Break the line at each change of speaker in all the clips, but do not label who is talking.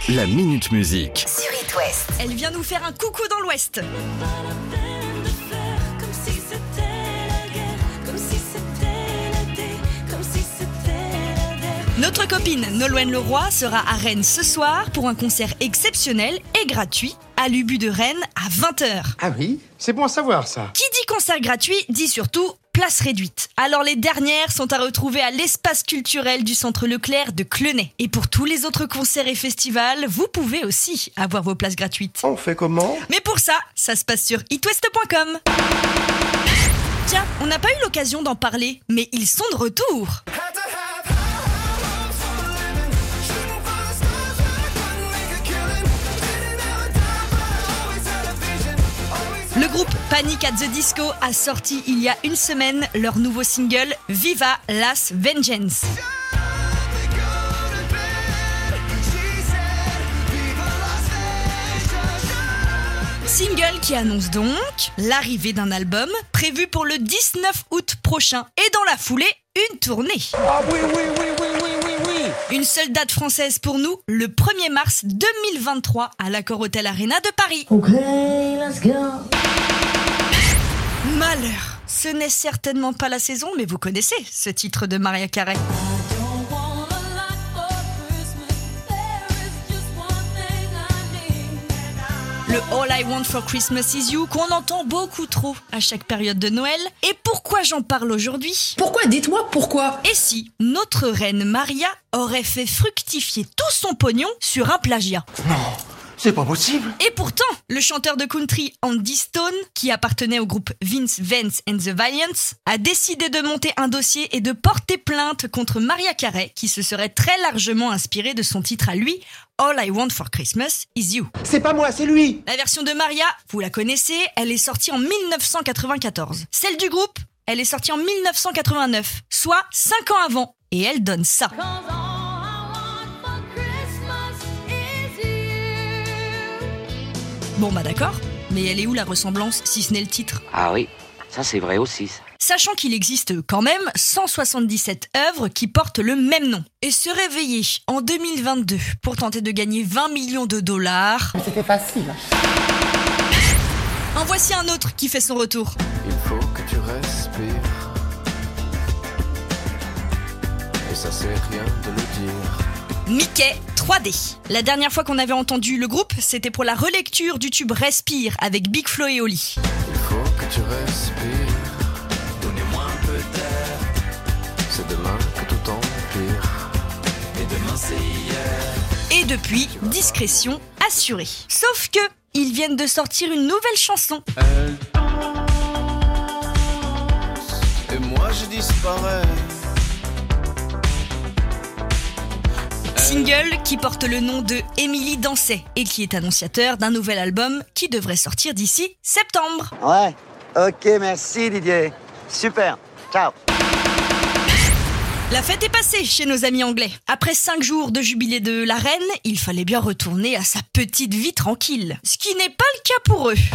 La Minute Musique.
Sur It West.
Elle vient nous faire un coucou dans l'Ouest. Notre copine Nolwenn Leroy sera à Rennes ce soir pour un concert exceptionnel et gratuit à l'Ubu de Rennes à 20h.
Ah oui, c'est bon à savoir ça.
Qui dit concert gratuit dit surtout place réduite. Alors les dernières sont à retrouver à l'espace culturel du Centre Leclerc de Clenay. Et pour tous les autres concerts et festivals, vous pouvez aussi avoir vos places gratuites.
On fait comment ?
Mais pour ça se passe sur itwest.com. Tiens, on n'a pas eu l'occasion d'en parler, mais ils sont de retour. Le groupe Panic! At the Disco a sorti il y a une semaine leur nouveau single Viva Las Vengeance. Single qui annonce donc l'arrivée d'un album prévu pour le 19 août prochain et dans la foulée, une tournée.
Ah oui.
Une seule date française pour nous, le 1er mars 2023 à l'Accor Hotel Arena de Paris.
Ok, let's go.
Malheur, ce n'est certainement pas la saison, mais vous connaissez ce titre de Mariah Carey. Le All I Want for Christmas Is You qu'on entend beaucoup trop à chaque période de Noël. Et pourquoi j'en parle aujourd'hui ?
Pourquoi ? Dites-moi pourquoi.
Et si notre reine Maria aurait fait fructifier tout son pognon sur un plagiat ?
Non, c'est pas possible.
Et pourtant, le chanteur de country Andy Stone, qui appartenait au groupe Vince Vance and the Valiants, a décidé de monter un dossier et de porter plainte contre Mariah Carey, qui se serait très largement inspirée de son titre à lui, All I Want for Christmas Is You.
C'est pas moi, c'est lui.
La version de Maria, vous la connaissez, elle est sortie en 1994. Celle du groupe, elle est sortie en 1989, soit 5 ans avant. Et elle donne ça. Bon bah d'accord, mais elle est où la ressemblance si ce n'est le titre ?
Ah oui, ça c'est vrai aussi.
Sachant qu'il existe quand même 177 œuvres qui portent le même nom. Et se réveiller en 2022 pour tenter de gagner 20 millions de dollars...
Mais c'était facile.
En voici un autre qui fait son retour.
Il faut que tu respires. Et ça sert rien de le dire.
Mickey 3D. La dernière fois qu'on avait entendu le groupe, c'était pour la relecture du tube Respire avec Big Flo et Oli.
Il faut que tu respires. Donnez-moi un peu d'air. C'est demain que tout empire. Et demain c'est hier.
Et depuis, discrétion assurée. Sauf que, ils viennent de sortir une nouvelle chanson.
Elle danse. Et moi je disparais.
Single qui porte le nom de Émilie Dansait et qui est annonciateur d'un nouvel album qui devrait sortir d'ici septembre.
Ouais, ok, merci Didier. Super, ciao.
La fête est passée chez nos amis anglais. Après 5 jours de jubilé de la reine, il fallait bien retourner à sa petite vie tranquille. Ce qui n'est pas le cas pour eux.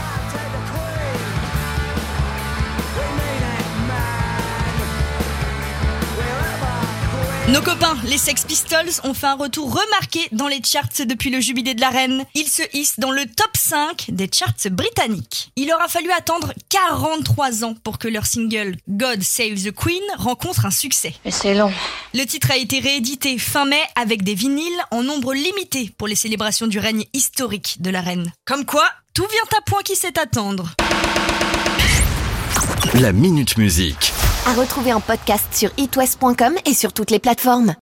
Nos copains, les Sex Pistols, ont fait un retour remarqué dans les charts depuis le jubilé de la reine. Ils se hissent dans le top 5 des charts britanniques. Il aura fallu attendre 43 ans pour que leur single God Save the Queen rencontre un succès.
Mais c'est long.
Le titre a été réédité fin mai avec des vinyles en nombre limité pour les célébrations du règne historique de la reine. Comme quoi, tout vient à point qui sait attendre.
La Minute Musique.
À retrouver en podcast sur itwest.com et sur toutes les plateformes.